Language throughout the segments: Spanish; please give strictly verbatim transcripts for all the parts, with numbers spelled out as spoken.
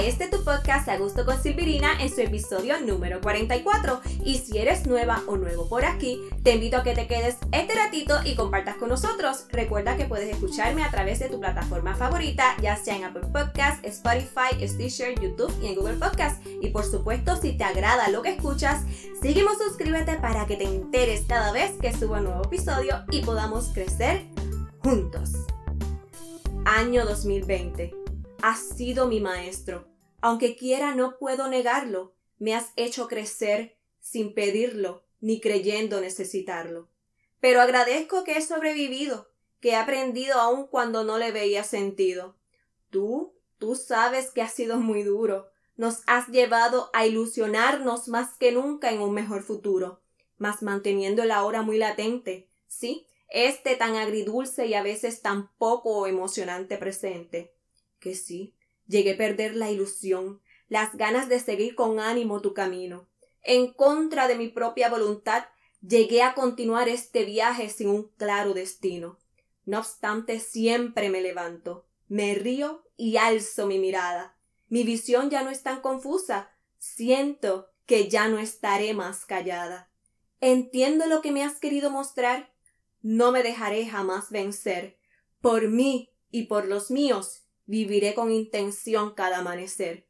este tu podcast A Gusto con Silvirina en su episodio número cuarenta y cuatro. Y si eres nueva o nuevo por aquí, te invito a que te quedes este ratito y compartas con nosotros. Recuerda que puedes escucharme a través de tu plataforma favorita, ya sea en Apple Podcasts, Spotify, Stitcher, YouTube y en Google Podcasts. Y por supuesto, si te agrada lo que escuchas, sígueme o suscríbete para que te enteres cada vez que subo un nuevo episodio y podamos crecer juntos. Año dos mil veinte. Has sido mi maestro. Aunque quiera, no puedo negarlo. Me has hecho crecer sin pedirlo, ni creyendo necesitarlo. Pero agradezco que he sobrevivido, que he aprendido aun cuando no le veía sentido. Tú, tú sabes que ha sido muy duro. Nos has llevado a ilusionarnos más que nunca en un mejor futuro, mas manteniendo el ahora muy latente, sí, este tan agridulce y a veces tan poco emocionante presente. Que sí, llegué a perder la ilusión, las ganas de seguir con ánimo tu camino. En contra de mi propia voluntad, llegué a continuar este viaje sin un claro destino. No obstante, siempre me levanto, me río y alzo mi mirada. Mi visión ya no es tan confusa, siento que ya no estaré más callada. Entiendo lo que me has querido mostrar, no me dejaré jamás vencer. Por mí y por los míos, viviré con intención cada amanecer.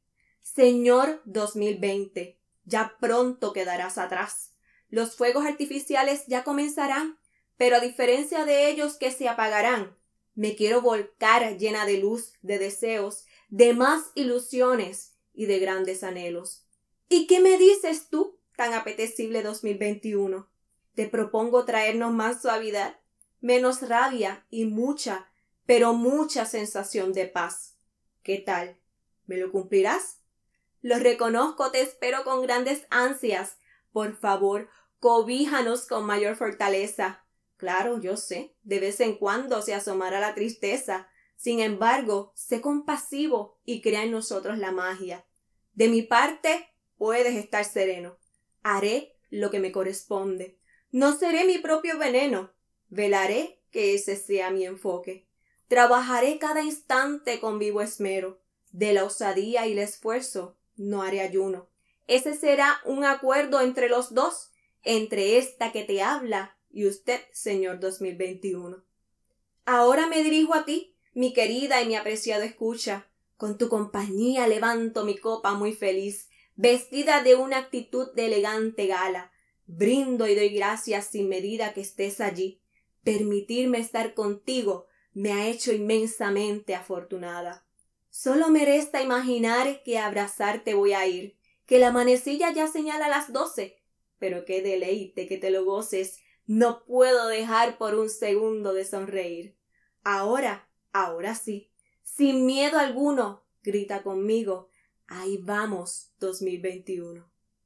Señor dos mil veinte, ya pronto quedarás atrás. Los fuegos artificiales ya comenzarán, pero a diferencia de ellos que se apagarán, me quiero volcar llena de luz, de deseos, de más ilusiones y de grandes anhelos. ¿Y qué me dices tú, tan apetecible dos mil veintiuno? Te propongo traernos más suavidad, menos rabia y mucha, pero mucha sensación de paz. ¿Qué tal? ¿Me lo cumplirás? Lo reconozco, te espero con grandes ansias. Por favor, cobíjanos con mayor fortaleza. Claro, yo sé, de vez en cuando se asomará la tristeza. Sin embargo, sé compasivo y crea en nosotros la magia. De mi parte, puedes estar sereno. Haré lo que me corresponde. No seré mi propio veneno. Velaré que ese sea mi enfoque. Trabajaré cada instante con vivo esmero. De la osadía y el esfuerzo no haré ayuno. Ese será un acuerdo entre los dos, entre esta que te habla y usted, señor dos mil veintiuno. Ahora me dirijo a ti, mi querida y mi apreciada escucha. Con tu compañía levanto mi copa muy feliz, vestida de una actitud de elegante gala. Brindo y doy gracias sin medida que estés allí. Permitirme estar contigo me ha hecho inmensamente afortunada. Solo me resta imaginar que a abrazarte voy a ir, que la manecilla ya señala las doce, pero qué deleite que te lo goces, no puedo dejar por un segundo de sonreír. Ahora, ahora sí, sin miedo alguno, grita conmigo, ahí vamos dos mil veintiuno.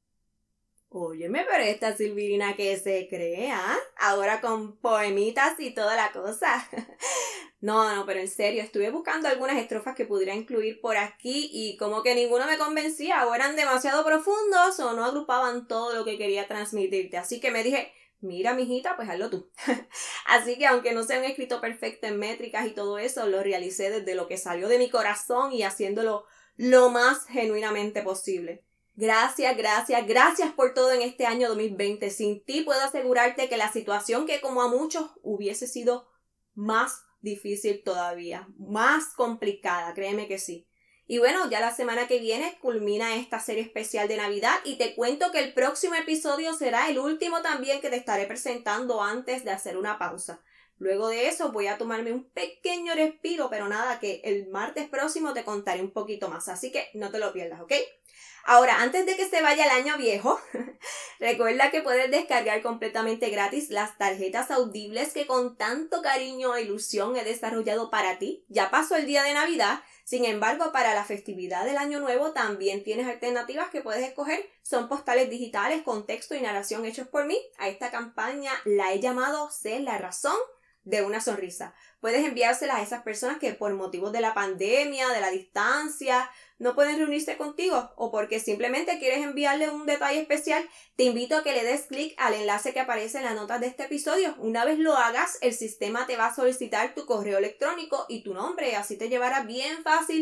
Óyeme, pero esta Silvirina que se cree, ¿ah? Ahora con poemitas y toda la cosa. No, no, pero en serio, estuve buscando algunas estrofas que pudiera incluir por aquí y como que ninguno me convencía, o eran demasiado profundos o no agrupaban todo lo que quería transmitirte. Así que me dije, mira, mijita, pues hazlo tú. Así que aunque no sea un escrito perfecto en métricas y todo eso, lo realicé desde lo que salió de mi corazón y haciéndolo lo más genuinamente posible. Gracias, gracias, gracias por todo en este año dos mil veinte. Sin ti puedo asegurarte que la situación que como a muchos hubiese sido más difícil todavía, más complicada, créeme que sí. Y bueno, ya la semana que viene culmina esta serie especial de Navidad y te cuento que el próximo episodio será el último también que te estaré presentando antes de hacer una pausa. Luego de eso voy a tomarme un pequeño respiro, pero nada, que el martes próximo te contaré un poquito más, así que no te lo pierdas, ¿ok? Ahora, antes de que se vaya el año viejo, recuerda que puedes descargar completamente gratis las tarjetas audibles que con tanto cariño e ilusión he desarrollado para ti. Ya pasó el día de Navidad, sin embargo, para la festividad del Año Nuevo también tienes alternativas que puedes escoger. Son postales digitales con texto y narración hechos por mí. A esta campaña la he llamado Sé la razón de una sonrisa. Puedes enviárselas a esas personas que por motivos de la pandemia, de la distancia, no pueden reunirse contigo o porque simplemente quieres enviarle un detalle especial. Te invito a que le des clic al enlace que aparece en las notas de este episodio. Una vez lo hagas, el sistema te va a solicitar tu correo electrónico y tu nombre, así te llevará bien fácil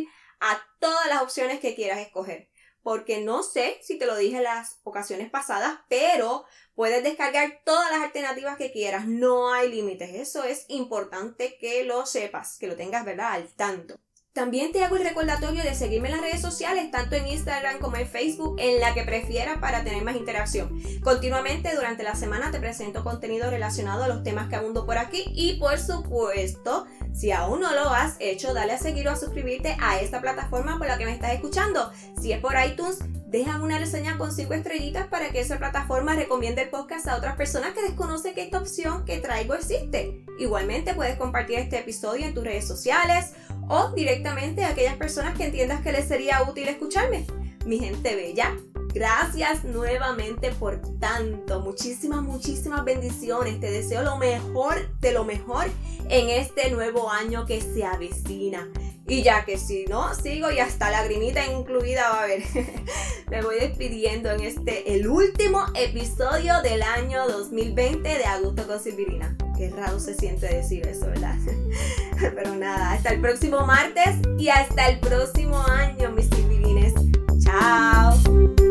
a todas las opciones que quieras escoger. Porque no sé si te lo dije en las ocasiones pasadas, pero puedes descargar todas las alternativas que quieras. No hay límites. Eso es importante que lo sepas, que lo tengas, ¿verdad?, al tanto. También te hago el recordatorio de seguirme en las redes sociales, tanto en Instagram como en Facebook, en la que prefieras para tener más interacción. Continuamente durante la semana te presento contenido relacionado a los temas que abundo por aquí y, por supuesto, si aún no lo has hecho, dale a seguir o a suscribirte a esta plataforma por la que me estás escuchando. Si es por iTunes, déjame una reseña con cinco estrellitas para que esa plataforma recomiende el podcast a otras personas que desconocen que esta opción que traigo existe. Igualmente puedes compartir este episodio en tus redes sociales o directamente a aquellas personas que entiendas que les sería útil escucharme. Mi gente bella, gracias nuevamente por tanto. Muchísimas, muchísimas bendiciones. Te deseo lo mejor de lo mejor en este nuevo año que se avecina. Y ya que si no, sigo y hasta lagrimita incluida va a haber. Me voy despidiendo en este, el último episodio del año dos mil veinte de A Gusto con Silvirina. Qué raro se siente decir eso, ¿verdad? Pero nada, hasta el próximo martes y hasta el próximo año, mis Silvirines. ¡Chao!